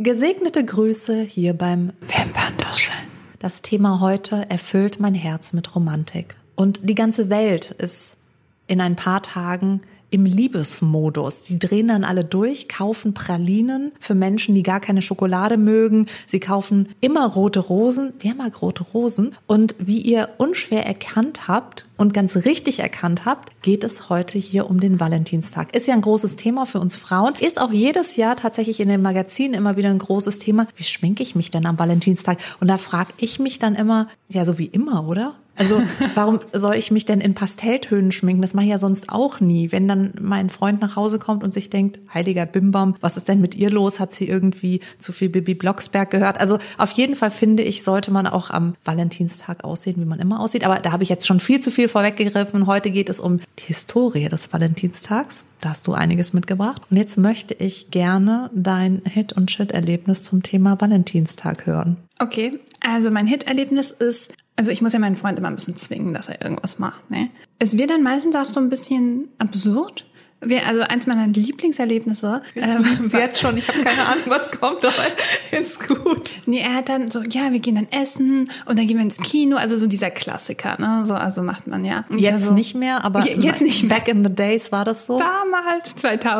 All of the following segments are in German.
Gesegnete Grüße hier beim Wimperntuscheln. Das Thema heute erfüllt mein Herz mit Romantik. Und die ganze Welt ist in ein paar Tagen im Liebesmodus. Die drehen dann alle durch, kaufen Pralinen für Menschen, die gar keine Schokolade mögen. Sie kaufen immer rote Rosen. Wer mag rote Rosen? Und wie ihr unschwer erkannt habt und ganz richtig erkannt habt, geht es heute hier um den Valentinstag. Ist ja ein großes Thema für uns Frauen. Ist auch jedes Jahr tatsächlich in den Magazinen immer wieder ein großes Thema. Wie schminke ich mich denn am Valentinstag? Und da frage ich mich dann immer, ja, so wie immer, oder? Also warum soll ich mich denn in Pastelltönen schminken? Das mache ich ja sonst auch nie. Wenn dann mein Freund nach Hause kommt und sich denkt, heiliger Bimbam, was ist denn mit ihr los? Hat sie irgendwie zu viel Bibi Blocksberg gehört? Also auf jeden Fall finde ich, sollte man auch am Valentinstag aussehen, wie man immer aussieht. Aber da habe ich jetzt schon viel zu viel vorweggegriffen. Heute geht es um die Historie des Valentinstags. Da hast du einiges mitgebracht. Und jetzt möchte ich gerne dein Hit- und Shit-Erlebnis zum Thema Valentinstag hören. Okay, also mein Hit-Erlebnis ist, also ich muss ja meinen Freund immer ein bisschen zwingen, dass er irgendwas macht. Ne? Es wird dann meistens auch so ein bisschen absurd. Also eins meiner Lieblingserlebnisse. Jetzt schon, ich habe keine Ahnung, was kommt, aber ist gut. Nee, er hat dann so, ja, wir gehen dann essen und dann gehen wir ins Kino. Also so dieser Klassiker, ne? So, also macht man ja. Und jetzt nicht mehr, aber jetzt nicht mehr. Back in the days war das so? Damals,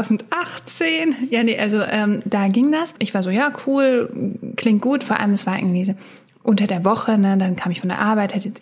2018. Ja, nee, also da ging das. Ich war so, ja, cool, klingt gut. Vor allem, es war irgendwie so unter der Woche, ne? Dann kam ich von der Arbeit, hätte jetzt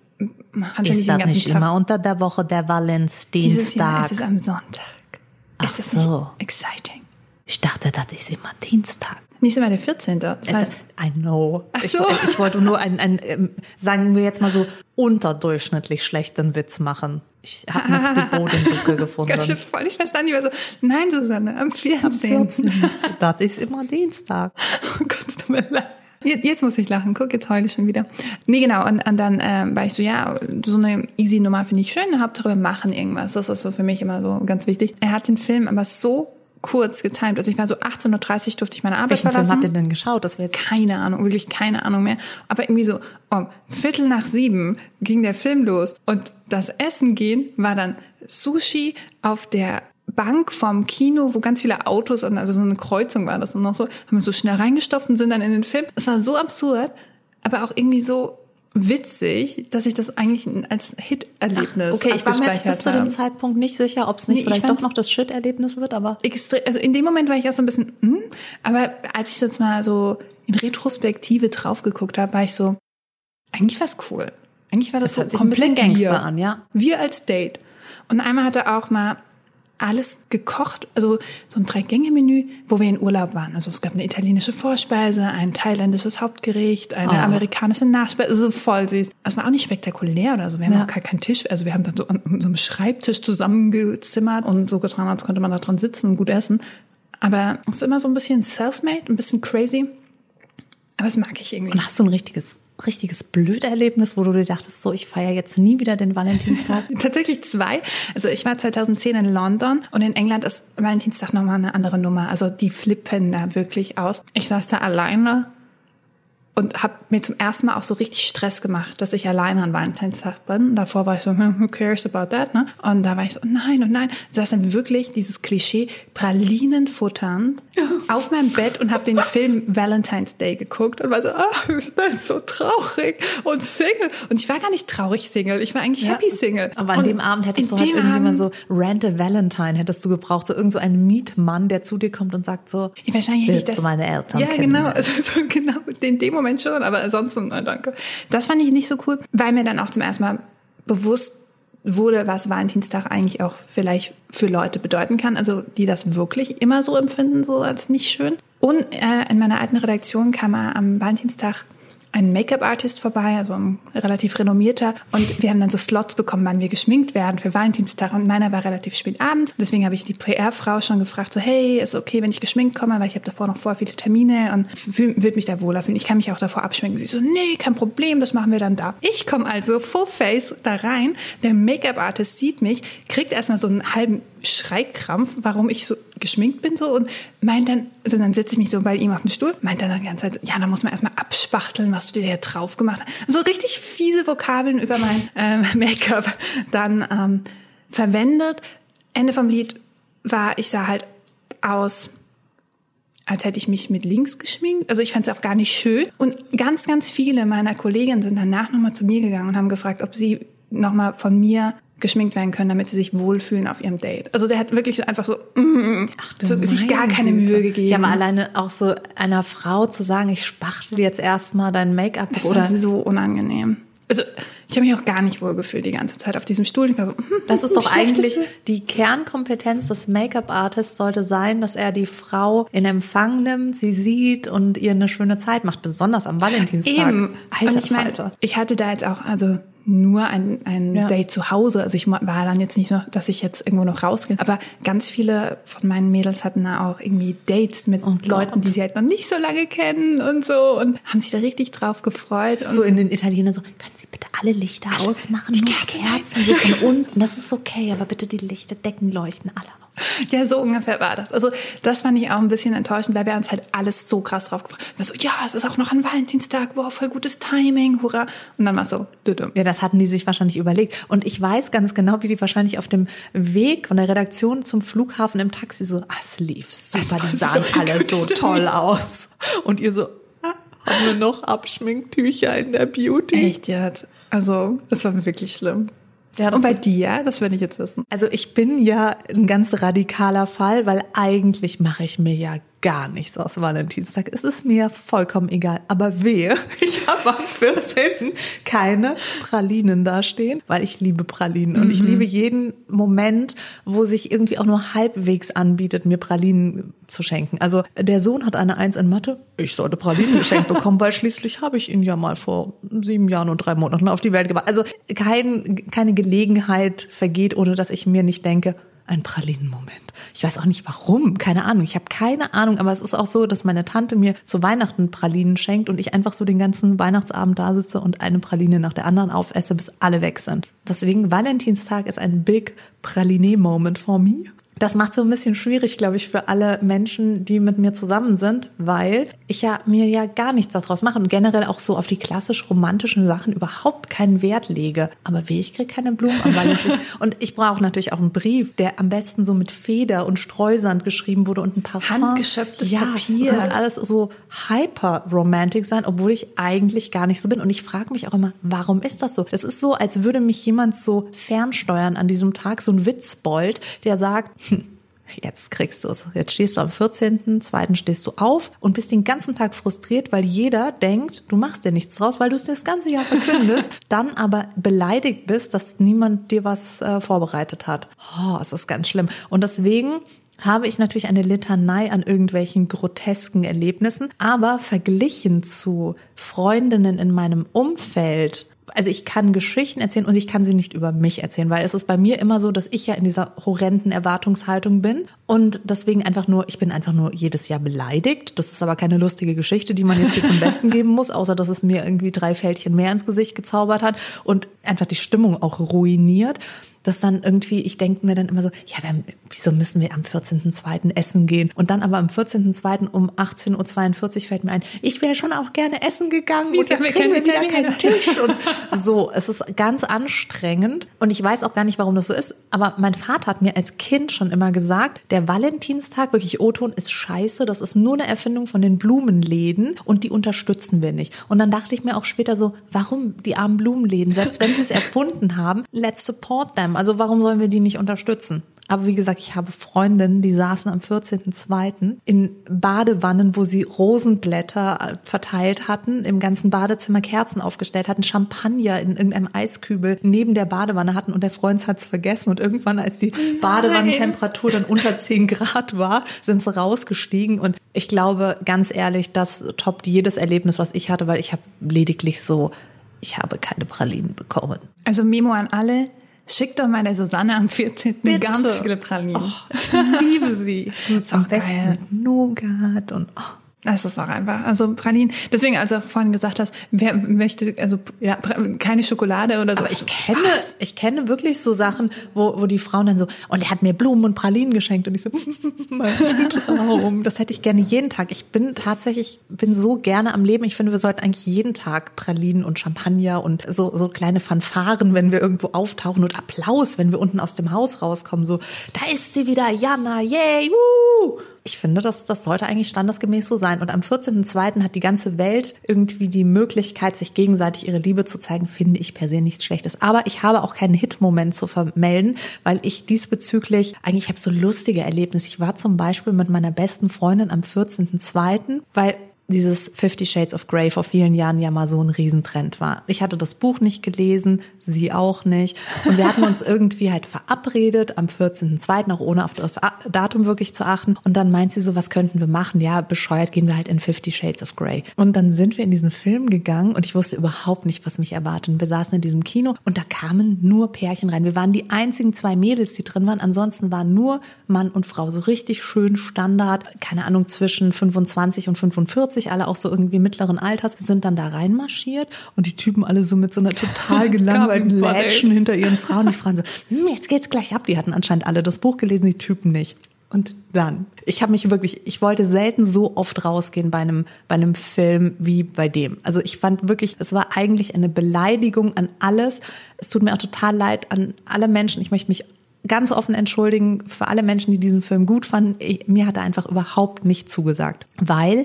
ist das nicht immer unter der Woche der Valentinstag? Dieses Jahr ist es am Sonntag. Ist das nicht exciting? Ich dachte, das ist immer Dienstag. Nicht immer der 14. Das heißt, I know. Ach so. Ich wollte nur einen, sagen wir jetzt mal so, unterdurchschnittlich schlechten Witz machen. Ich habe noch die Bodenlücke gefunden. Ich hab's voll nicht verstanden. Ich war so, nein, Susanne, am 14. Am 14. Das ist immer Dienstag. Oh Gott, tut mir leid. Jetzt muss ich lachen. Guck, jetzt heule ich schon wieder. Nee, genau. Und dann war ich so, ja, so eine easy Nummer finde ich schön. Hauptsache wir machen irgendwas. Das ist so für mich immer so ganz wichtig. Er hat den Film aber so kurz getimt. Also ich war so 18:30 Uhr durfte ich meine Arbeit verlassen. Welchen Film habt ihr denn geschaut? Das wäre jetzt keine Ahnung, wirklich keine Ahnung mehr. Aber irgendwie so um 6:45 ging der Film los. Und das Essen gehen war dann Sushi auf der Bank vom Kino, wo ganz viele Autos, also so eine Kreuzung war das und noch so, haben wir so schnell reingestopft und sind dann in den Film. Es war so absurd, aber auch irgendwie so witzig, dass ich das eigentlich als Hit-Erlebnis okay, ich war mir jetzt bis zu dem Zeitpunkt nicht sicher, ob es nicht vielleicht doch noch das Shit-Erlebnis wird, aber also in dem Moment war ich auch so ein bisschen, aber als ich jetzt mal so in Retrospektive drauf geguckt habe, war ich so, eigentlich war es cool. Eigentlich war das so komplett Gangster an, ja. Wir als Date. Und einmal hat er auch mal alles gekocht, also so ein 3-Gänge-Menü, wo wir in Urlaub waren. Also es gab eine italienische Vorspeise, ein thailändisches Hauptgericht, eine amerikanische Nachspeise, so voll süß. Das war auch nicht spektakulär oder so. Wir haben auch gar keinen Tisch, also wir haben dann so an so einem Schreibtisch zusammengezimmert und so getan, als könnte man da dran sitzen und gut essen. Aber es ist immer so ein bisschen self-made, ein bisschen crazy. Aber das mag ich irgendwie. Und hast du ein richtiges Blöderlebnis, wo du dir dachtest, so, ich feiere jetzt nie wieder den Valentinstag? Tatsächlich 2. Also ich war 2010 in London und in England ist Valentinstag nochmal eine andere Nummer. Also die flippen da wirklich aus. Ich saß da alleine und habe mir zum ersten Mal auch so richtig Stress gemacht, dass ich alleine an Valentinstag bin. Davor war ich so, who cares about that, ne? Und da war ich so, nein und nein. Ich saß dann wirklich dieses Klischee Pralinen futternd auf meinem Bett und habe den Film Valentine's Day geguckt und war so, ich bin so traurig und Single. Und ich war gar nicht traurig Single, ich war eigentlich happy Single. Aber an dem Abend hättest du halt irgendjemand so Rante Valentine hättest du gebraucht, so irgend so einen Mietmann, der zu dir kommt und sagt so, wahrscheinlich hätte ich das, meine Eltern ja kennen. Genau, also so genau in dem Moment schon, aber ansonsten, nein, danke. Das fand ich nicht so cool, weil mir dann auch zum ersten Mal bewusst wurde, was Valentinstag eigentlich auch vielleicht für Leute bedeuten kann, also die das wirklich immer so empfinden, so als nicht schön. Und in meiner alten Redaktion kam am Valentinstag ein Make-up-Artist vorbei, also ein relativ renommierter. Und wir haben dann so Slots bekommen, wann wir geschminkt werden für Valentinstag. Und meiner war relativ spät abends. Deswegen habe ich die PR-Frau schon gefragt, so hey, ist okay, wenn ich geschminkt komme, weil ich habe davor noch voll viele Termine und würde mich da wohler fühlen. Ich kann mich auch davor abschminken. Sie so, nee, kein Problem, das machen wir dann da. Ich komme also full face da rein. Der Make-up-Artist sieht mich, kriegt erstmal so einen halben Schreikrampf, warum ich so geschminkt bin so und meint dann, also dann setze ich mich so bei ihm auf den Stuhl, meint dann die ganze Zeit, ja, da muss man erstmal abspachteln, was du dir hier drauf gemacht hast. So richtig fiese Vokabeln über mein Make-up dann verwendet. Ende vom Lied war, ich sah halt aus, als hätte ich mich mit links geschminkt. Also ich fand es auch gar nicht schön. Und ganz, ganz viele meiner Kolleginnen sind danach nochmal zu mir gegangen und haben gefragt, ob sie nochmal von mir geschminkt werden können, damit sie sich wohlfühlen auf ihrem Date. Also der hat wirklich einfach so, sich gar keine Mühe gegeben. Ja, aber alleine auch so einer Frau zu sagen, ich spachtel jetzt erstmal dein Make-up. Das war so unangenehm. Also ich habe mich auch gar nicht wohlgefühlt die ganze Zeit auf diesem Stuhl. Ich war so, das ist doch eigentlich die Kernkompetenz des Make-up-Artists sollte sein, dass er die Frau in Empfang nimmt, sie sieht und ihr eine schöne Zeit macht, besonders am Valentinstag. Eben. Alter, und ich meine, ich hatte da jetzt auch nur ein Date zu Hause. Also ich war dann jetzt nicht so, dass ich jetzt irgendwo noch rausgehe. Aber ganz viele von meinen Mädels hatten da auch irgendwie Dates mit Leuten, die sie halt noch nicht so lange kennen und so. Und haben sich da richtig drauf gefreut. Und so in den Italienern so, können Sie bitte alle Lichter ausmachen? Nur Kerzen so von unten. Das ist okay, aber bitte die Lichter, Decken leuchten alle auf. Ja, so ungefähr war das. Also das fand ich auch ein bisschen enttäuschend, weil wir uns halt alles so krass drauf gefreut haben. So, ja, es ist auch noch ein Valentinstag, wow, voll gutes Timing, hurra. Und dann war es so, ja, das hatten die sich wahrscheinlich überlegt. Und ich weiß ganz genau, wie die wahrscheinlich auf dem Weg von der Redaktion zum Flughafen im Taxi so, es lief super, die sahen so alle so toll aus. Und ihr so, haben wir noch Abschminktücher in der Beauty? Echt, ja. Also, das war wirklich schlimm. Ja, und bei dir, das will ich jetzt wissen. Also ich bin ja ein ganz radikaler Fall, weil eigentlich mache ich mir ja gar nichts aus Valentinstag. Es ist mir vollkommen egal. Aber wehe, ich habe am 14. keine Pralinen dastehen, weil ich liebe Pralinen. Und ich liebe jeden Moment, wo sich irgendwie auch nur halbwegs anbietet, mir Pralinen zu schenken. Also der Sohn hat eine 1 in Mathe. Ich sollte Pralinen geschenkt bekommen, weil schließlich habe ich ihn ja mal vor 7 Jahren und 3 Monaten auf die Welt gebracht. Also keine Gelegenheit vergeht, ohne dass ich mir nicht denke, ein Pralinenmoment. Ich weiß auch nicht warum, keine Ahnung. Ich habe keine Ahnung, aber es ist auch so, dass meine Tante mir zu Weihnachten Pralinen schenkt und ich einfach so den ganzen Weihnachtsabend da sitze und eine Praline nach der anderen aufesse, bis alle weg sind. Deswegen Valentinstag ist ein big Praline-Moment for me. Das macht so ein bisschen schwierig, glaube ich, für alle Menschen, die mit mir zusammen sind, weil ich ja mir ja gar nichts daraus mache und generell auch so auf die klassisch romantischen Sachen überhaupt keinen Wert lege. Aber ich kriege keine Blumen am Valentinstag. Und ich brauche natürlich auch einen Brief, der am besten so mit Feder und Streusand geschrieben wurde und ein Parfum. Handgeschöpftes Papier. Das muss alles so hyper-romantic sein, obwohl ich eigentlich gar nicht so bin. Und ich frage mich auch immer, warum ist das so? Das ist so, als würde mich jemand so fernsteuern an diesem Tag, so ein Witzbold, der sagt, jetzt kriegst du es. Jetzt stehst du am 14.2. stehst du auf und bist den ganzen Tag frustriert, weil jeder denkt, du machst dir nichts draus, weil du es das ganze Jahr verkündest, dann aber beleidigt bist, dass niemand dir was vorbereitet hat. Oh, es ist ganz schlimm. Und deswegen habe ich natürlich eine Litanei an irgendwelchen grotesken Erlebnissen, aber verglichen zu Freundinnen in meinem Umfeld, also ich kann Geschichten erzählen und ich kann sie nicht über mich erzählen, weil es ist bei mir immer so, dass ich ja in dieser horrenden Erwartungshaltung bin und deswegen ich bin einfach nur jedes Jahr beleidigt. Das ist aber keine lustige Geschichte, die man jetzt hier zum Besten geben muss, außer dass es mir irgendwie 3 Fältchen mehr ins Gesicht gezaubert hat und einfach die Stimmung auch ruiniert. Dass dann irgendwie, ich denke mir dann immer so, ja, wieso müssen wir am 14.2. essen gehen? Und dann aber am 14.2. um 18.42 Uhr fällt mir ein, ich wäre schon auch gerne essen gegangen und jetzt kriegen wir wieder keinen Tisch. Und so, es ist ganz anstrengend und ich weiß auch gar nicht, warum das so ist, aber mein Vater hat mir als Kind schon immer gesagt, der Valentinstag, wirklich O-Ton, ist scheiße, das ist nur eine Erfindung von den Blumenläden und die unterstützen wir nicht. Und dann dachte ich mir auch später so, warum die armen Blumenläden, selbst wenn sie es erfunden haben, let's support them. Also warum sollen wir die nicht unterstützen? Aber wie gesagt, ich habe Freundinnen, die saßen am 14.2. in Badewannen, wo sie Rosenblätter verteilt hatten, im ganzen Badezimmer Kerzen aufgestellt hatten, Champagner in irgendeinem Eiskübel neben der Badewanne hatten und der Freund hat es vergessen. Und irgendwann, als die Badewannentemperatur dann unter 10 Grad war, sind sie rausgestiegen. Und ich glaube, ganz ehrlich, das toppt jedes Erlebnis, was ich hatte, weil ich habe lediglich ich habe keine Pralinen bekommen. Also Memo an alle. Schickt doch mal der Susanne am 14. Bitte. Ganz viele Pralinen. Oh, ich liebe sie. Am besten geil. Mit Nougat und Das ist auch einfach. Also Pralinen. Deswegen, als du vorhin gesagt hast, wer möchte, keine Schokolade oder so. Aber ich kenne wirklich so Sachen, wo die Frauen dann so, und er hat mir Blumen und Pralinen geschenkt und ich so, mein Traum. Das hätte ich gerne jeden Tag. Ich bin so gerne am Leben. Ich finde, wir sollten eigentlich jeden Tag Pralinen und Champagner und so kleine Fanfaren, wenn wir irgendwo auftauchen und Applaus, wenn wir unten aus dem Haus rauskommen. So, da ist sie wieder, Jana, yay, woo! ich finde, das sollte eigentlich standesgemäß so sein. Und am 14.02. hat die ganze Welt irgendwie die Möglichkeit, sich gegenseitig ihre Liebe zu zeigen, finde ich per se nichts Schlechtes. Aber ich habe auch keinen Hit-Moment zu vermelden, weil ich diesbezüglich, eigentlich habe so lustige Erlebnisse. Ich war zum Beispiel mit meiner besten Freundin am 14.02., weil dieses 50 Shades of Grey vor vielen Jahren ja mal so ein Riesentrend war. Ich hatte das Buch nicht gelesen, sie auch nicht. Und wir hatten uns irgendwie halt verabredet am 14.02., auch ohne auf das Datum wirklich zu achten. Und dann meint sie so, was könnten wir machen? Ja, bescheuert, gehen wir halt in 50 Shades of Grey. Und dann sind wir in diesen Film gegangen und ich wusste überhaupt nicht, was mich erwartet. Und wir saßen in diesem Kino und da kamen nur Pärchen rein. Wir waren die einzigen 2 Mädels, die drin waren. Ansonsten waren nur Mann und Frau. So richtig schön Standard, keine Ahnung, zwischen 25 und 45. Alle auch so irgendwie mittleren Alters, sind dann da reinmarschiert und die Typen alle so mit so einer total gelangweilten Lätschen hinter ihren Frauen. Die Frauen so, jetzt geht's gleich ab. Die hatten anscheinend alle das Buch gelesen, die Typen nicht. Und dann, ich wollte selten so oft rausgehen bei einem Film wie bei dem. Also ich fand wirklich, es war eigentlich eine Beleidigung an alles. Es tut mir auch total leid an alle Menschen. Ich möchte mich ganz offen entschuldigen für alle Menschen, die diesen Film gut fanden. Mir hat er einfach überhaupt nicht zugesagt, weil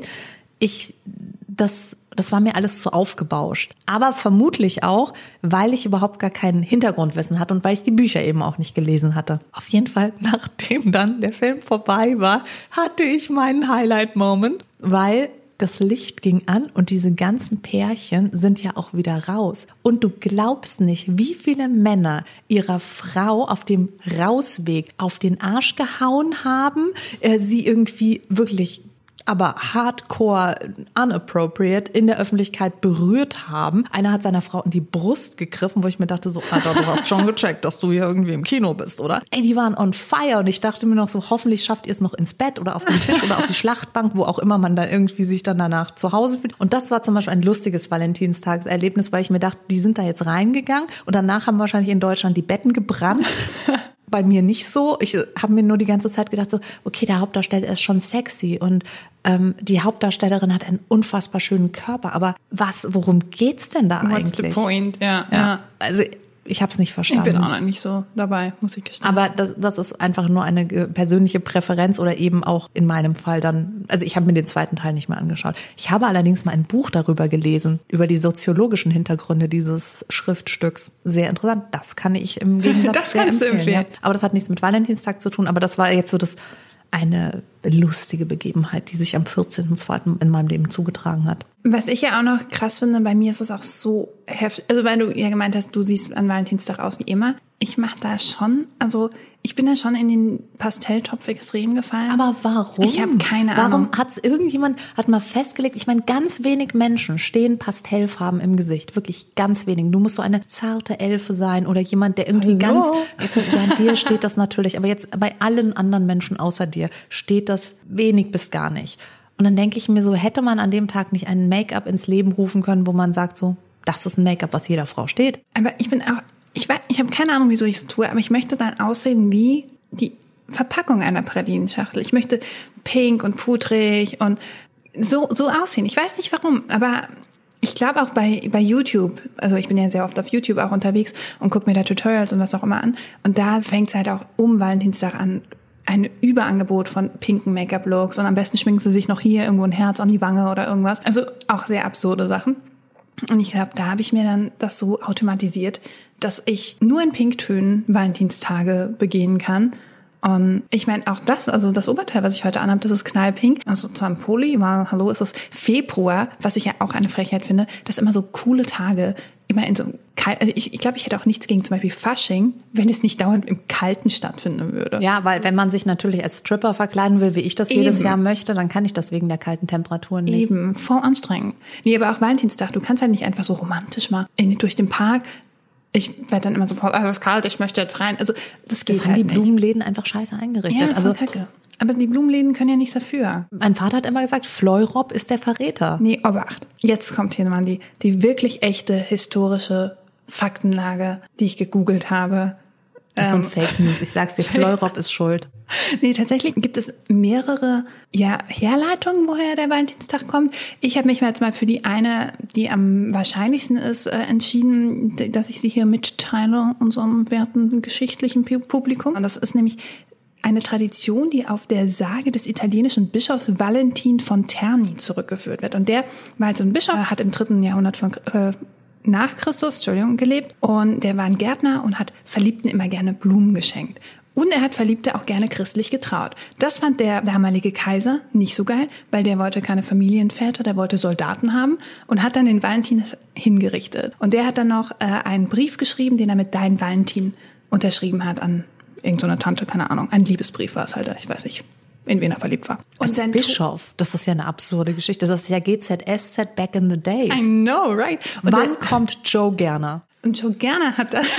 das war mir alles zu aufgebauscht. Aber vermutlich auch, weil ich überhaupt gar kein Hintergrundwissen hatte und weil ich die Bücher eben auch nicht gelesen hatte. Auf jeden Fall, nachdem dann der Film vorbei war, hatte ich meinen Highlight-Moment, weil das Licht ging an und diese ganzen Pärchen sind ja auch wieder raus. Und du glaubst nicht, wie viele Männer ihrer Frau auf dem Rausweg auf den Arsch gehauen haben, sie irgendwie wirklich aber hardcore unappropriate in der Öffentlichkeit berührt haben. Einer hat seiner Frau in die Brust gegriffen, wo ich mir dachte so, Alter, du hast schon gecheckt, dass du hier irgendwie im Kino bist, oder? Ey, die waren on fire und ich dachte mir noch so, hoffentlich schafft ihr es noch ins Bett oder auf den Tisch oder auf die Schlachtbank, wo auch immer man dann irgendwie sich dann danach zu Hause fühlt. Und das war zum Beispiel ein lustiges Valentinstagserlebnis, weil ich mir dachte, die sind da jetzt reingegangen und danach haben wahrscheinlich in Deutschland die Betten gebrannt. Bei mir nicht so. Ich habe mir nur die ganze Zeit gedacht so, okay, der Hauptdarsteller ist schon sexy und die Hauptdarstellerin hat einen unfassbar schönen Körper. Aber worum geht's denn da eigentlich? What's the point? Ja. Also ich habe es nicht verstanden. Ich bin auch noch nicht so dabei, muss ich gestehen. Aber das ist einfach nur eine persönliche Präferenz oder eben auch in meinem Fall dann, also ich habe mir den zweiten Teil nicht mehr angeschaut. Ich habe allerdings mal ein Buch darüber gelesen, über die soziologischen Hintergründe dieses Schriftstücks. Sehr interessant. Das kann ich im Gegensatz das kannst du empfehlen. Ja. Aber das hat nichts mit Valentinstag zu tun, aber das war jetzt so eine lustige Begebenheit, die sich am 14.02. in meinem Leben zugetragen hat. Was ich ja auch noch krass finde, bei mir ist es auch so heftig, also weil du ja gemeint hast, du siehst an Valentinstag aus wie immer. Ich mache da schon, also ich bin da schon in den Pastelltopf extrem gefallen. Aber warum? Ich habe keine Ahnung. Warum hat mal festgelegt, ich meine, ganz wenig Menschen stehen Pastellfarben im Gesicht, wirklich ganz wenig. Du musst so eine zarte Elfe sein oder jemand, der irgendwie ja, dir steht das natürlich, aber jetzt bei allen anderen Menschen außer dir steht das wenig bis gar nicht. Und dann denke ich mir so, hätte man an dem Tag nicht einen Make-up ins Leben rufen können, wo man sagt so, das ist ein Make-up, was jeder Frau steht. Aber ich habe keine Ahnung, wieso ich es tue, aber ich möchte dann aussehen wie die Verpackung einer Pralinenschachtel. Ich möchte pink und pudrig und so aussehen. Ich weiß nicht warum, aber ich glaube auch bei YouTube, also ich bin ja sehr oft auf YouTube auch unterwegs und gucke mir da Tutorials und was auch immer an. Und da fängt es halt auch um Valentinstag an, ein Überangebot von pinken Make-up-Looks und am besten schminken sie sich noch hier irgendwo ein Herz an die Wange oder irgendwas. Also auch sehr absurde Sachen. Und ich glaube, da habe ich mir dann das so automatisiert, dass ich nur in Pinktönen Valentinstage begehen kann. Und ich meine auch das Oberteil, was ich heute anhabe, das ist knallpink. Also zwar ein Pulli, weil hallo, es ist Februar, was ich ja auch eine Frechheit finde, dass immer so coole Tage immer in so kalt, also ich glaube, ich hätte auch nichts gegen zum Beispiel Fasching, wenn es nicht dauernd im Kalten stattfinden würde. Ja, weil wenn man sich natürlich als Stripper verkleiden will, wie ich das jedes Jahr möchte, dann kann ich das wegen der kalten Temperaturen nicht. Eben, voll anstrengend. Nee, aber auch Valentinstag, du kannst halt nicht einfach so romantisch mal durch den Park. Ich werde dann immer sofort, es ist kalt, ich möchte jetzt rein. Also das geht halt nicht. Die Blumenläden einfach scheiße eingerichtet. Ja, also Kacke. Aber die Blumenläden können ja nichts dafür. Mein Vater hat immer gesagt, Fleurop ist der Verräter. Nee, Obacht. Jetzt kommt hier mal die wirklich echte historische Faktenlage, die ich gegoogelt habe. Das sind Fake News. Ich sag's dir, Fleurop ist schuld. Nee, tatsächlich gibt es mehrere Herleitungen, woher der Valentinstag kommt. Ich habe mich jetzt mal für die eine, die am wahrscheinlichsten ist, entschieden, dass ich sie hier mitteile, unserem werten geschichtlichen Publikum. Und das ist nämlich eine Tradition, die auf der Sage des italienischen Bischofs Valentin von Terni zurückgeführt wird. Und der war halt so ein Bischof, hat im 3. Jahrhundert nach Christus, gelebt. Und der war ein Gärtner und hat Verliebten immer gerne Blumen geschenkt. Und er hat Verliebte auch gerne christlich getraut. Das fand der damalige Kaiser nicht so geil, weil der wollte keine Familienväter, der wollte Soldaten haben und hat dann den Valentin hingerichtet. Und der hat dann noch einen Brief geschrieben, den er mit Dein Valentin unterschrieben hat an irgendeine Tante, keine Ahnung. Ein Liebesbrief war es halt, ich weiß nicht, in wen er verliebt war. Und als Bischof, das ist ja eine absurde Geschichte. Das ist ja GZSZ back in the days. I know, right? Und wann kommt Joe Gerner? Und Joe Gerner hat dann...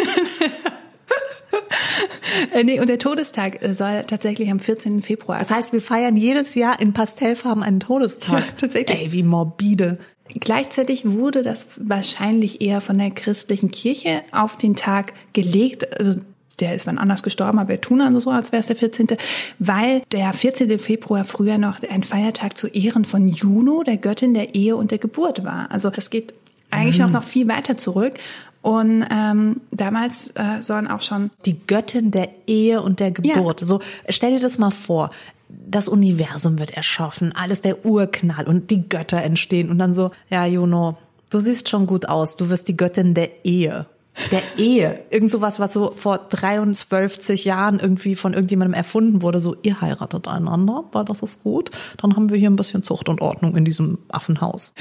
Nee, und der Todestag soll tatsächlich am 14. Februar. Das heißt, wir feiern jedes Jahr in Pastellfarben einen Todestag. Ja, tatsächlich. Ey, wie morbide. Gleichzeitig wurde das wahrscheinlich eher von der christlichen Kirche auf den Tag gelegt. Also der ist wann anders gestorben, aber wir tun also so, als wäre es der 14., weil der 14. Februar früher noch ein Feiertag zu Ehren von Juno, der Göttin der Ehe und der Geburt war. Also das geht eigentlich noch viel weiter zurück. Und damals sollen auch schon... Die Göttin der Ehe und der Geburt. Ja. So, stell dir das mal vor. Das Universum wird erschaffen, alles der Urknall und die Götter entstehen. Und dann so, ja, Juno, du siehst schon gut aus. Du wirst die Göttin der Ehe. Der Ehe. Irgend sowas, was so vor 23 Jahren irgendwie von irgendjemandem erfunden wurde. So, ihr heiratet einander, weil das ist gut. Dann haben wir hier ein bisschen Zucht und Ordnung in diesem Affenhaus.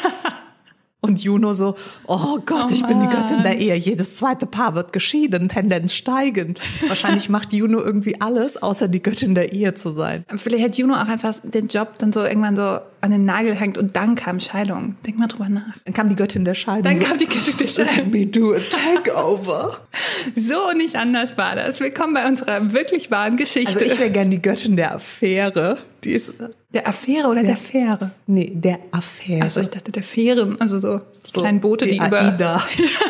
Und Juno so, oh Gott, ich bin die Göttin der Ehe. Jedes zweite Paar wird geschieden, Tendenz steigend. Wahrscheinlich macht Juno irgendwie alles, außer die Göttin der Ehe zu sein. Vielleicht hat Juno auch einfach den Job dann so irgendwann so an den Nagel hängt und dann kam Scheidung. Denk mal drüber nach. Dann kam die Göttin der Scheidung. Dann kam die Göttin der Scheidung. Let me do a takeover. So nicht anders war das. Willkommen bei unserer wirklich wahren Geschichte. Also ich wäre gern die Göttin der Affäre. Die ist der Affäre oder der Fähre? Nee, der Affäre. Also ich dachte der Fähren, also so kleinen Boote, die über... Aida.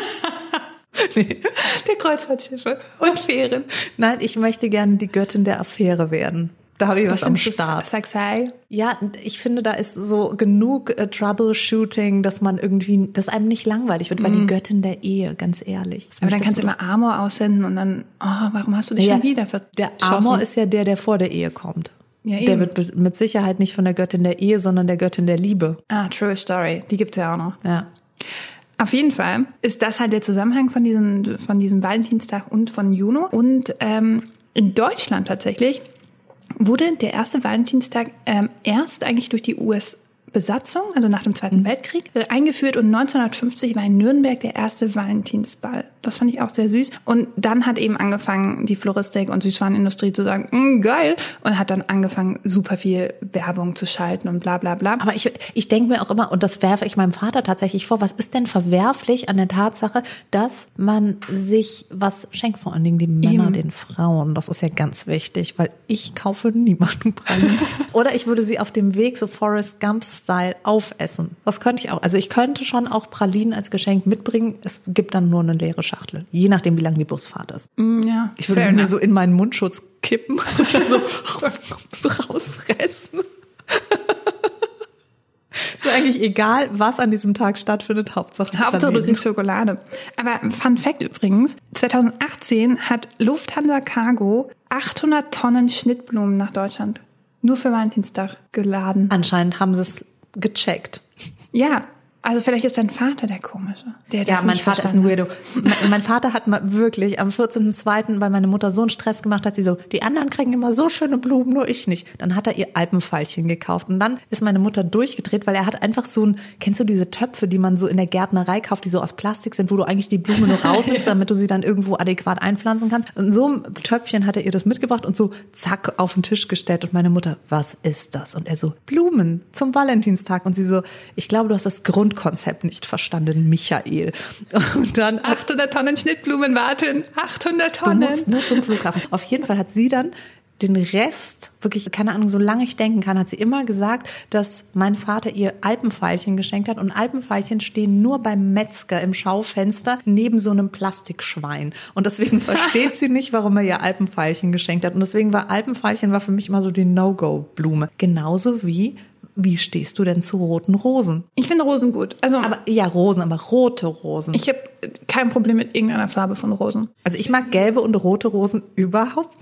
Nee. Der Kreuzfahrtschiffe und Fähren. Nein, ich möchte gerne die Göttin der Affäre werden. Da habe ich was am Start. Sexy. Ja, ich finde, da ist so genug Troubleshooting, dass man irgendwie, dass einem nicht langweilig wird, weil die Göttin der Ehe, ganz ehrlich. Aber dann kannst du immer Amor aussenden und dann, warum hast du dich schon wieder verschossen? Der Amor ist ja der vor der Ehe kommt. Ja, eben. Der wird mit Sicherheit nicht von der Göttin der Ehe, sondern der Göttin der Liebe. True story. Die gibt's ja auch noch. Ja. Auf jeden Fall ist das halt der Zusammenhang von diesem Valentinstag und von Juno. Und in Deutschland tatsächlich wurde der erste Valentinstag erst eigentlich durch die US-Besatzung, also nach dem Zweiten Weltkrieg, eingeführt. Und 1950 war in Nürnberg der erste Valentinsball. Das fand ich auch sehr süß. Und dann hat eben angefangen, die Floristik und Süßwarenindustrie zu sagen, geil. Und hat dann angefangen, super viel Werbung zu schalten und bla bla bla. Aber ich denke mir auch immer, und das werfe ich meinem Vater tatsächlich vor, was ist denn verwerflich an der Tatsache, dass man sich was schenkt, vor allen Dingen die Männer Eben. den Frauen. Das ist ja ganz wichtig, weil ich kaufe niemanden Pralinen. Oder ich würde sie auf dem Weg so Forrest Gump-Style aufessen. Das könnte ich auch. Also ich könnte schon auch Pralinen als Geschenk mitbringen. Es gibt dann nur eine leere Schachtel. Je nachdem, wie lang die Busfahrt ist. Ja, ich würde sie mir so in meinen Mundschutz kippen und dann so rausfressen. Ist eigentlich egal, was an diesem Tag stattfindet. Hauptsache du kriegst Schokolade. Aber Fun Fact übrigens, 2018 hat Lufthansa Cargo 800 Tonnen Schnittblumen nach Deutschland nur für Valentinstag geladen. Anscheinend haben sie es gecheckt. Ja, also vielleicht ist dein Vater der Komische. Ja, mein Vater ist ein Weirdo. Mein Vater hat mal wirklich am 14.02., weil meine Mutter so einen Stress gemacht hat, sie so, die anderen kriegen immer so schöne Blumen, nur ich nicht. Dann hat er ihr Alpenveilchen gekauft und dann ist meine Mutter durchgedreht, weil er hat einfach so ein, kennst du diese Töpfe, die man so in der Gärtnerei kauft, die so aus Plastik sind, wo du eigentlich die Blume nur rausnimmst, damit du sie dann irgendwo adäquat einpflanzen kannst. Und so ein Töpfchen hat er ihr das mitgebracht und so zack auf den Tisch gestellt und meine Mutter, was ist das? Und er so, Blumen zum Valentinstag und sie so, ich glaube, du hast das Grundkonzept nicht verstanden, Michael. Und dann 800 Tonnen Schnittblumen warten, 800 Tonnen. Du musst nur zum Flughafen. Auf jeden Fall hat sie dann den Rest, wirklich, keine Ahnung, solange ich denken kann, hat sie immer gesagt, dass mein Vater ihr Alpenveilchen geschenkt hat. Und Alpenveilchen stehen nur beim Metzger im Schaufenster neben so einem Plastikschwein. Und deswegen versteht sie nicht, warum er ihr Alpenveilchen geschenkt hat. Und deswegen war Alpenveilchen für mich immer so die No-Go-Blume. Genauso wie stehst du denn zu roten Rosen? Ich finde Rosen gut. Aber rote Rosen. Ich habe kein Problem mit irgendeiner Farbe von Rosen. Also ich mag gelbe und rote Rosen überhaupt nicht.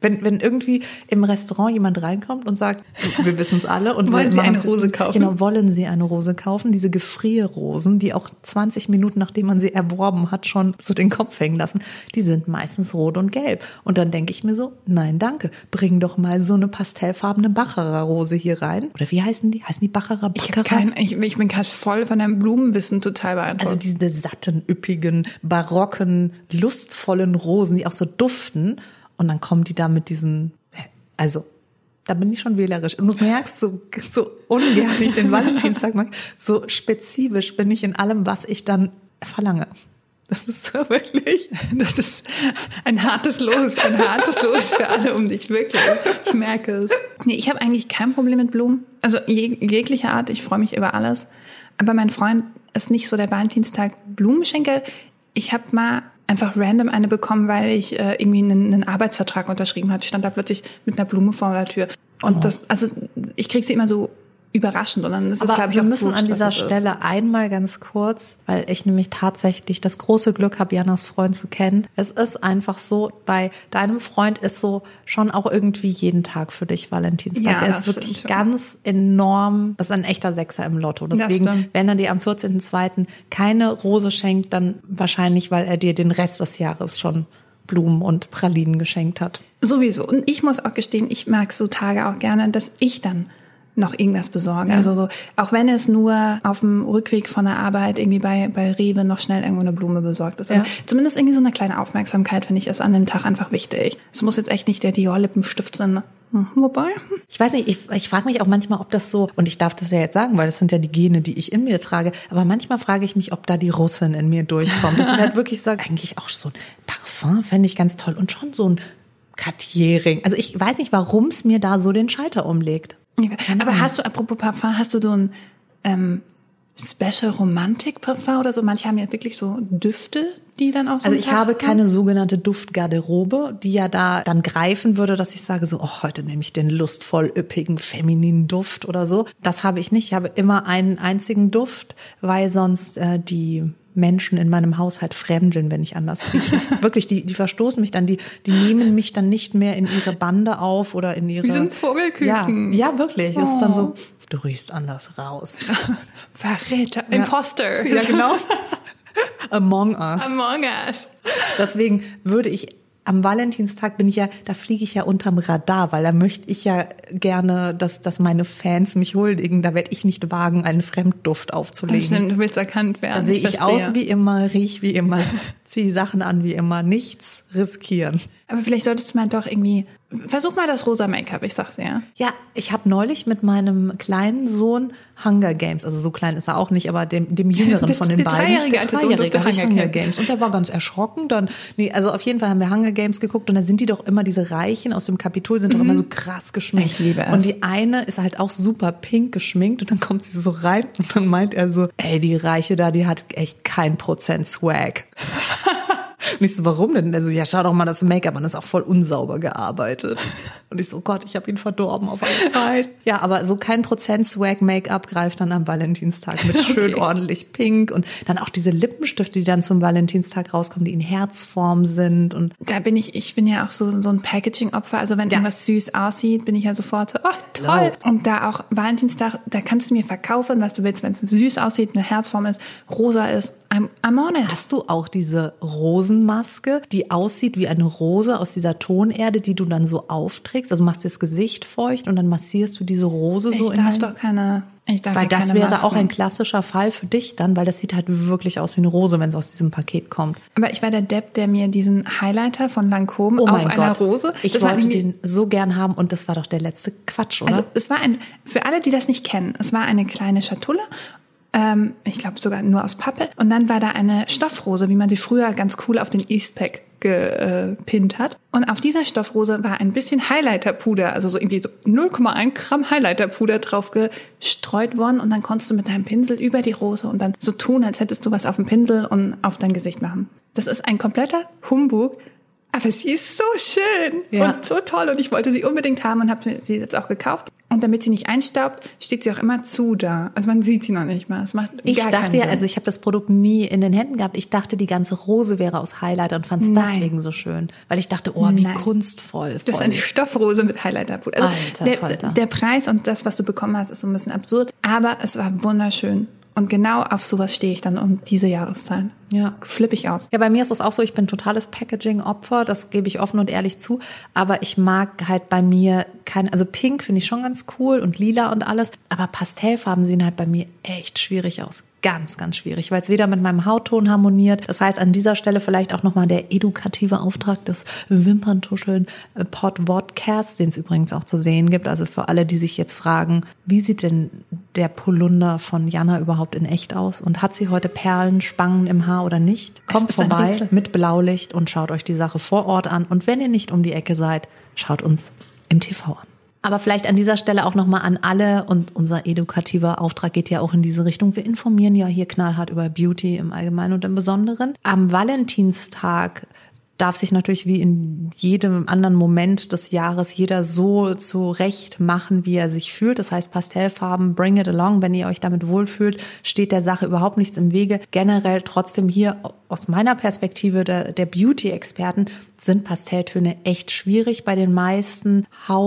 Wenn irgendwie im Restaurant jemand reinkommt und sagt, wir wissen es alle. Und wollen Sie eine Rose kaufen? Genau, wollen Sie eine Rose kaufen? Diese Gefrierrosen, die auch 20 Minuten, nachdem man sie erworben hat, schon so den Kopf hängen lassen, die sind meistens rot und gelb. Und dann denke ich mir so, nein, danke, bring doch mal so eine pastellfarbene Baccarat-Rose hier rein. Oder wie heißen die? Heißen die Baccarat? Ich bin gerade voll von deinem Blumenwissen total beeindruckt. Also diese satten, üppigen, barocken, lustvollen Rosen, die auch so duften. Und dann kommen die da mit diesen, also da bin ich schon wählerisch. Und du merkst, so ungern ich den Valentinstag mag, so spezifisch bin ich in allem, was ich dann verlange. Das ist so wirklich, das ist ein hartes Los für alle um dich, wirklich. Ich merke es. Nee, ich habe eigentlich kein Problem mit Blumen. Also jeglicher Art, ich freue mich über alles. Aber mein Freund ist nicht so der Valentinstag Blumenschenker. Ich habe mal einfach random eine bekommen, weil ich irgendwie einen Arbeitsvertrag unterschrieben hatte. Ich stand da plötzlich mit einer Blume vor der Tür. Und ich kriege sie immer so überraschend. Und dann ist es, glaube ich, wir auch müssen wurscht, an dieser was es Stelle einmal ganz kurz, weil ich nämlich tatsächlich das große Glück habe, Janas Freund zu kennen. Es ist einfach so, bei deinem Freund ist so schon auch irgendwie jeden Tag für dich Valentinstag. Ja, er ist wirklich ganz enorm, das ist ein echter Sechser im Lotto. Deswegen, wenn er dir am 14.02. keine Rose schenkt, dann wahrscheinlich, weil er dir den Rest des Jahres schon Blumen und Pralinen geschenkt hat. Sowieso. Und ich muss auch gestehen, ich mag so Tage auch gerne, dass ich dann noch irgendwas besorge. Ja. Also so, auch wenn es nur auf dem Rückweg von der Arbeit irgendwie bei Rewe noch schnell irgendwo eine Blume besorgt ist. Aber zumindest irgendwie so eine kleine Aufmerksamkeit, finde ich, ist an dem Tag einfach wichtig. Es muss jetzt echt nicht der Dior-Lippenstift sein. Wobei? Ich weiß nicht, ich frage mich auch manchmal, ob das so, und ich darf das ja jetzt sagen, weil das sind ja die Gene, die ich in mir trage, aber manchmal frage ich mich, ob da die Russin in mir durchkommt. Das ist halt wirklich so, eigentlich auch so ein Parfum fände ich ganz toll und schon so ein Cartier-Ring. Also ich weiß nicht, warum es mir da so den Schalter umlegt. Aber hast du, apropos Parfum, hast du so ein Special Romantik Parfum oder so? Manche haben ja wirklich so Düfte, die dann auch so. Also ich habe keine sogenannte Duftgarderobe, die ja da dann greifen würde, dass ich sage so, oh, heute nehme ich den lustvoll üppigen femininen Duft oder so. Das habe ich nicht. Ich habe immer einen einzigen Duft, weil sonst die Menschen in meinem Haushalt fremdeln, wenn ich anders rieche. Wirklich, die verstoßen mich dann, die nehmen mich dann nicht mehr in ihre Bande auf oder in ihre... Wie sind Vogelküken. Ja, wirklich. Es ist dann so, du riechst anders raus. Verräter, Imposter. Ja, genau. Among Us. Among Us. Deswegen würde ich am Valentinstag da fliege ich ja unterm Radar, weil da möchte ich ja gerne, dass meine Fans mich huldigen. Da werde ich nicht wagen, einen Fremdduft aufzulegen. Das stimmt, du willst erkannt werden. Da sehe ich aus wie immer, riech wie immer, ziehe Sachen an wie immer, nichts riskieren. Aber vielleicht solltest du mal doch irgendwie, versuch mal das rosa Make-up, ich sag's ja. Ja, ich habe neulich mit meinem kleinen Sohn Hunger Games, also so klein ist er auch nicht, aber dem Jüngeren von den beiden. Der Dreijährige Hunger Games. Und der war ganz erschrocken. Also auf jeden Fall haben wir Hunger Games geguckt und da sind die doch immer, diese Reichen aus dem Kapitol sind doch immer so krass geschminkt. Ich liebe es. Und die eine ist halt auch super pink geschminkt und dann kommt sie so rein und dann meint er so, ey, die Reiche da, die hat echt kein Prozent Swag. Und ich so, warum denn? Also, ja, schau doch mal das Make-up an, ist auch voll unsauber gearbeitet. Und ich so, oh Gott, ich habe ihn verdorben auf alle Zeit. Ja, aber so kein Prozent Swag-Make-up greift dann am Valentinstag mit schön ordentlich pink und dann auch diese Lippenstifte, die dann zum Valentinstag rauskommen, die in Herzform sind. Und da bin ich bin ja auch so ein Packaging-Opfer. Also wenn irgendwas süß aussieht, bin ich ja sofort so, oh, toll. Genau. Und da auch Valentinstag, da kannst du mir verkaufen, was du willst, wenn es süß aussieht, eine Herzform ist, rosa ist, I'm on it. Hast du auch diese Rosenmaske, die aussieht wie eine Rose aus dieser Tonerde, die du dann so aufträgst? Also machst du das Gesicht feucht und dann massierst du diese Rose so in Ich darf keine weil das wäre Masken. Auch ein klassischer Fall für dich dann, weil das sieht halt wirklich aus wie eine Rose, wenn es aus diesem Paket kommt. Aber ich war der Depp, der mir diesen Highlighter von Lancôme auf einer Rose... Ich wollte den so gern haben und das war doch der letzte Quatsch, oder? Also es war für alle, die das nicht kennen, es war eine kleine Schatulle, ich glaube sogar nur aus Pappe. Und dann war da eine Stoffrose, wie man sie früher ganz cool auf den Eastpak gepinnt hat. Und auf dieser Stoffrose war ein bisschen Highlighterpuder, also so irgendwie so 0,1 Gramm Highlighterpuder drauf gestreut worden. Und dann konntest du mit deinem Pinsel über die Rose und dann so tun, als hättest du was auf dem Pinsel und auf dein Gesicht machen. Das ist ein kompletter Humbug. Aber sie ist so schön und so toll und ich wollte sie unbedingt haben und habe sie jetzt auch gekauft. Und damit sie nicht einstaubt, steht sie auch immer zu da. Also man sieht sie noch nicht mal. Es macht gar keinen Sinn. Also ich habe das Produkt nie in den Händen gehabt. Ich dachte, die ganze Rose wäre aus Highlighter und fand es deswegen so schön. Weil ich dachte, oh, wie kunstvoll. Du hast eine Stoffrose mit Highlighter-Puder. Also der Preis und das, was du bekommen hast, ist so ein bisschen absurd. Aber es war wunderschön. Und genau auf sowas stehe ich dann um diese Jahreszahlen. Ja. Flippe ich aus. Ja, bei mir ist es auch so, ich bin totales Packaging-Opfer, das gebe ich offen und ehrlich zu. Aber ich mag halt bei mir also Pink finde ich schon ganz cool und Lila und alles. Aber Pastellfarben sehen halt bei mir echt schwierig aus. Ganz, ganz schwierig, weil es weder mit meinem Hautton harmoniert. Das heißt, an dieser Stelle vielleicht auch nochmal der edukative Auftrag des Wimperntuscheln-Podcasts, den es übrigens auch zu sehen gibt. Also für alle, die sich jetzt fragen, wie sieht denn der Polunder von Jana überhaupt in echt aus? Und hat sie heute Perlen, Spangen im Haar oder nicht? Kommt vorbei mit Blaulicht und schaut euch die Sache vor Ort an. Und wenn ihr nicht um die Ecke seid, schaut uns im TV an. Aber vielleicht an dieser Stelle auch nochmal an alle, und unser edukativer Auftrag geht ja auch in diese Richtung. Wir informieren ja hier knallhart über Beauty im Allgemeinen und im Besonderen. Am Valentinstag darf sich natürlich wie in jedem anderen Moment des Jahres jeder so zurecht machen, wie er sich fühlt. Das heißt, Pastellfarben, bring it along. Wenn ihr euch damit wohlfühlt, steht der Sache überhaupt nichts im Wege. Generell trotzdem hier aus meiner Perspektive der Beauty-Experten sind Pastelltöne echt schwierig bei den meisten.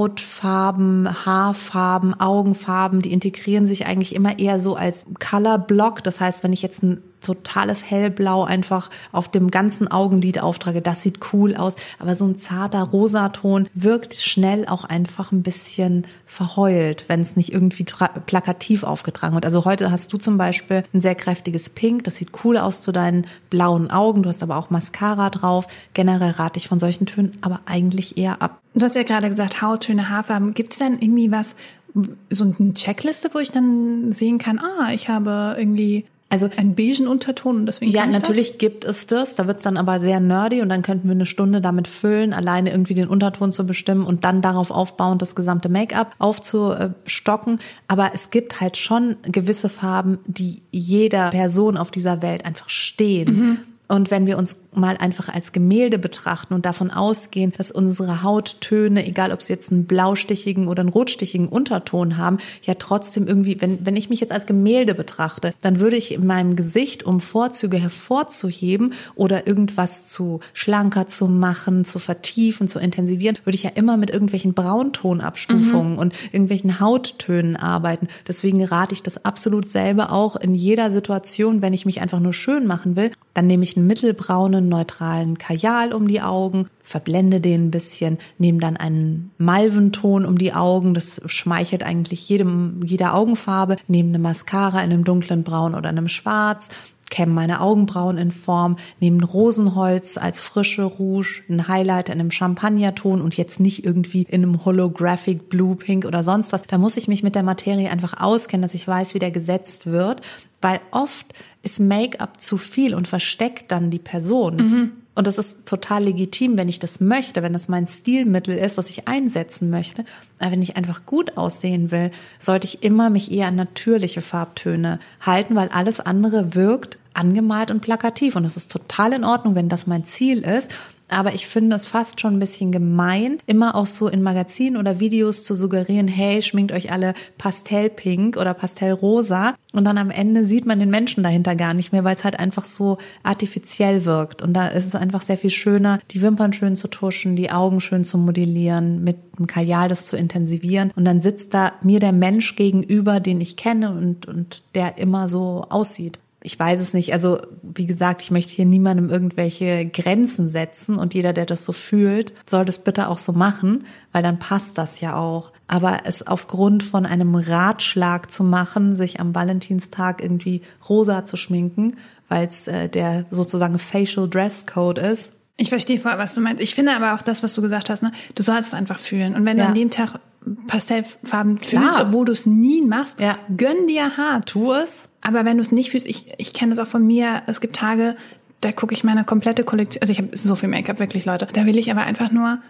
Hautfarben, Haarfarben, Augenfarben, die integrieren sich eigentlich immer eher so als Color-Block. Das heißt, wenn ich jetzt ein totales Hellblau einfach auf dem ganzen Augenlid auftrage, das sieht cool aus. Aber so ein zarter Rosaton wirkt schnell auch einfach ein bisschen verheult, wenn es nicht irgendwie plakativ aufgetragen wird. Also heute hast du zum Beispiel ein sehr kräftiges Pink, das sieht cool aus zu deinen blauen Augen. Du hast aber auch Mascara drauf. Generell rate ich von solchen Tönen aber eigentlich eher ab. Du hast ja gerade gesagt, Hauttöne, Haarfarben. Gibt es denn irgendwie was, so eine Checkliste, wo ich dann sehen kann, ich habe irgendwie einen beigen Unterton und deswegen ja, natürlich gibt es das. Da wird's dann aber sehr nerdy und dann könnten wir eine Stunde damit füllen, alleine irgendwie den Unterton zu bestimmen und dann darauf aufbauend das gesamte Make-up aufzustocken. Aber es gibt halt schon gewisse Farben, die jeder Person auf dieser Welt einfach stehen. Mhm. Und wenn wir uns mal einfach als Gemälde betrachten und davon ausgehen, dass unsere Hauttöne, egal ob sie jetzt einen blaustichigen oder einen rotstichigen Unterton haben, ja trotzdem irgendwie, wenn ich mich jetzt als Gemälde betrachte, dann würde ich in meinem Gesicht, um Vorzüge hervorzuheben oder irgendwas zu schlanker zu machen, zu vertiefen, zu intensivieren, würde ich ja immer mit irgendwelchen Brauntonabstufungen und irgendwelchen Hauttönen arbeiten. Deswegen rate ich das absolut selber auch in jeder Situation, wenn ich mich einfach nur schön machen will, dann nehme ich einen mittelbraunen, neutralen Kajal um die Augen, verblende den ein bisschen, nehme dann einen Malventon um die Augen, das schmeichelt eigentlich jeder Augenfarbe, nehme eine Mascara in einem dunklen Braun oder einem Schwarz, kämme meine Augenbrauen in Form, nehme ein Rosenholz als frische Rouge, einen Highlighter in einem Champagnerton und jetzt nicht irgendwie in einem Holographic Blue, Pink oder sonst was. Da muss ich mich mit der Materie einfach auskennen, dass ich weiß, wie der gesetzt wird, weil oft ist Make-up zu viel und versteckt dann die Person. Mhm. Und das ist total legitim, wenn ich das möchte, wenn das mein Stilmittel ist, das ich einsetzen möchte. Aber wenn ich einfach gut aussehen will, sollte ich immer mich eher an natürliche Farbtöne halten, weil alles andere wirkt angemalt und plakativ. Und das ist total in Ordnung, wenn das mein Ziel ist. Aber ich finde es fast schon ein bisschen gemein, immer auch so in Magazinen oder Videos zu suggerieren, hey, schminkt euch alle pastellpink oder pastellrosa. Und dann am Ende sieht man den Menschen dahinter gar nicht mehr, weil es halt einfach so artifiziell wirkt. Und da ist es einfach sehr viel schöner, die Wimpern schön zu tuschen, die Augen schön zu modellieren, mit einem Kajal das zu intensivieren. Und dann sitzt da mir der Mensch gegenüber, den ich kenne und der immer so aussieht. Ich weiß es nicht. Also wie gesagt, ich möchte hier niemandem irgendwelche Grenzen setzen und jeder, der das so fühlt, soll das bitte auch so machen, weil dann passt das ja auch. Aber es aufgrund von einem Ratschlag zu machen, sich am Valentinstag irgendwie rosa zu schminken, weil es der sozusagen Facial Dress Code ist. Ich verstehe voll, was du meinst. Ich finde aber auch das, was du gesagt hast, ne? Du sollst es einfach fühlen. Und wenn du an dem Tag Pastellfarben fühlst, obwohl du es nie machst, gönn dir hart. Tu es. Aber wenn du es nicht fühlst, ich kenne das auch von mir, es gibt Tage, da gucke ich meine komplette Kollektion, also ich habe so viel Make-up, wirklich, Leute. Da will ich aber einfach nur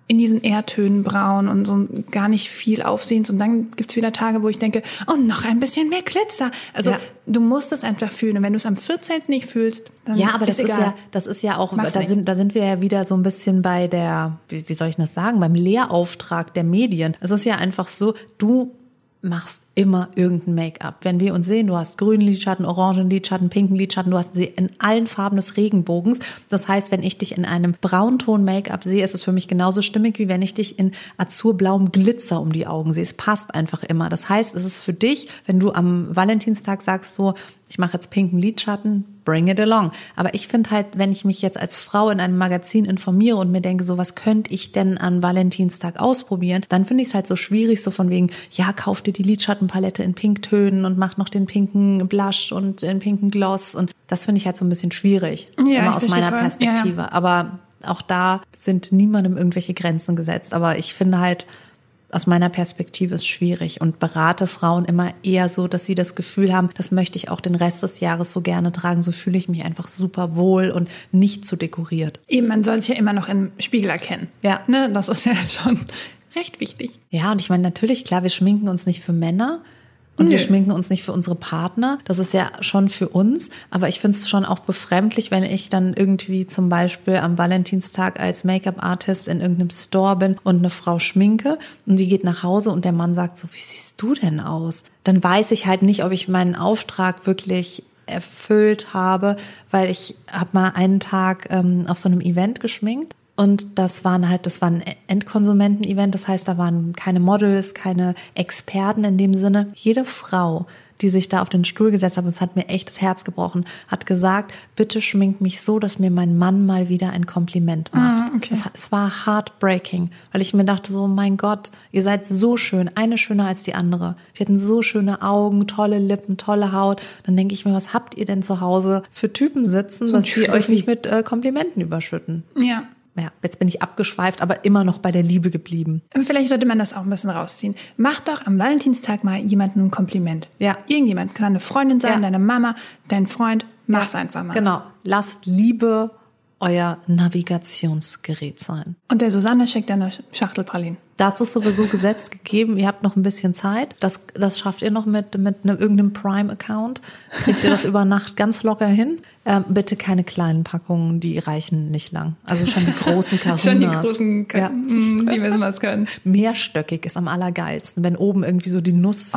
in diesen Erdtönen braun und so gar nicht viel Aufsehens. Und dann gibt's wieder Tage, wo ich denke, oh, noch ein bisschen mehr Glitzer. Also du musst es einfach fühlen. Und wenn du es am 14. nicht fühlst, dann ja, aber ist egal. Das ist ja auch, Mach's da sind wir ja wieder so ein bisschen bei der, wie soll ich das sagen, beim Lehrauftrag der Medien. Es ist ja einfach so, du machst immer irgendein Make-up. Wenn wir uns sehen, du hast grünen Lidschatten, orangen Lidschatten, pinken Lidschatten, du hast sie in allen Farben des Regenbogens. Das heißt, wenn ich dich in einem Braunton Make-up sehe, ist es für mich genauso stimmig, wie wenn ich dich in azurblauem Glitzer um die Augen sehe. Es passt einfach immer. Das heißt, es ist für dich, wenn du am Valentinstag sagst so, ich mache jetzt pinken Lidschatten, bring it along. Aber ich finde halt, wenn ich mich jetzt als Frau in einem Magazin informiere und mir denke, so was könnte ich denn an Valentinstag ausprobieren, dann finde ich es halt so schwierig, so von wegen, ja, kauf dir die Lidschattenpalette in Pinktönen und mach noch den pinken Blush und den pinken Gloss. Und das finde ich halt so ein bisschen schwierig, immer aus meiner Perspektive. Ja. Aber auch da sind niemandem irgendwelche Grenzen gesetzt. Aber ich finde halt, aus meiner Perspektive ist schwierig und berate Frauen immer eher so, dass sie das Gefühl haben, das möchte ich auch den Rest des Jahres so gerne tragen, so fühle ich mich einfach super wohl und nicht zu dekoriert. Eben, man soll sich ja immer noch im Spiegel erkennen. Ja. Ne, das ist ja schon recht wichtig. Ja, und ich meine natürlich, klar, wir schminken uns nicht für Männer. Und wir schminken uns nicht für unsere Partner. Das ist ja schon für uns. Aber ich finde es schon auch befremdlich, wenn ich dann irgendwie zum Beispiel am Valentinstag als Make-up-Artist in irgendeinem Store bin und eine Frau schminke und die geht nach Hause und der Mann sagt so, wie siehst du denn aus? Dann weiß ich halt nicht, ob ich meinen Auftrag wirklich erfüllt habe, weil ich habe mal einen Tag auf so einem Event geschminkt. Und das war ein Endkonsumenten-Event, das heißt, da waren keine Models, keine Experten in dem Sinne. Jede Frau, die sich da auf den Stuhl gesetzt hat, und es hat mir echt das Herz gebrochen, hat gesagt, bitte schmink mich so, dass mir mein Mann mal wieder ein Kompliment macht. Okay. Es war heartbreaking, weil ich mir dachte so, mein Gott, ihr seid so schön, eine schöner als die andere. Die hatten so schöne Augen, tolle Lippen, tolle Haut. Dann denke ich mir, was habt ihr denn zu Hause für Typen sitzen, dass die euch nicht mit Komplimenten überschütten? Ja. Ja, jetzt bin ich abgeschweift, aber immer noch bei der Liebe geblieben. Vielleicht sollte man das auch ein bisschen rausziehen. Mach doch am Valentinstag mal jemandem ein Kompliment. Ja. Irgendjemand, kann eine Freundin sein, deine Mama, dein Freund, mach's einfach mal. Genau, lasst Liebe euer Navigationsgerät sein. Und der Susanne schickt eine Schachtel Pralinen. Das ist sowieso gesetzt gegeben. Ihr habt noch ein bisschen Zeit. Das schafft ihr noch mit irgendeinem Prime-Account. Kriegt ihr das über Nacht ganz locker hin. Bitte keine kleinen Packungen, die reichen nicht lang. Also schon die großen Kahunas. Schon die großen die wissen, was können. Mehrstöckig ist am allergeilsten, wenn oben irgendwie so die Nuss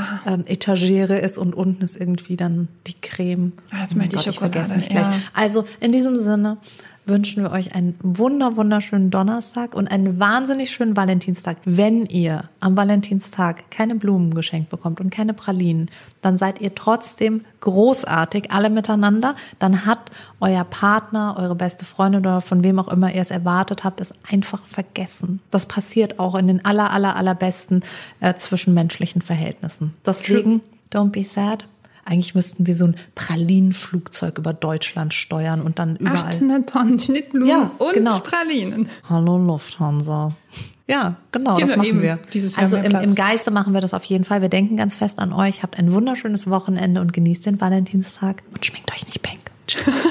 Etagere ist und unten ist irgendwie dann die Creme. Jetzt möchte ich Schokolade. Ich vergesse mich gleich. Also in diesem Sinne wünschen wir euch einen wunderschönen Donnerstag und einen wahnsinnig schönen Valentinstag. Wenn ihr am Valentinstag keine Blumen geschenkt bekommt und keine Pralinen, dann seid ihr trotzdem großartig, alle miteinander. Dann hat euer Partner, eure beste Freundin oder von wem auch immer ihr es erwartet habt, es einfach vergessen. Das passiert auch in den allerbesten zwischenmenschlichen Verhältnissen. Deswegen, don't be sad. Eigentlich müssten wir so ein Pralinenflugzeug über Deutschland steuern und dann überall 800 Tonnen Schnittblumen und Pralinen. Hallo Lufthansa. Ja, genau, das machen wir. Dieses Jahr also im Geiste machen wir das auf jeden Fall. Wir denken ganz fest an euch. Habt ein wunderschönes Wochenende und genießt den Valentinstag und schminkt euch nicht pink. Tschüss.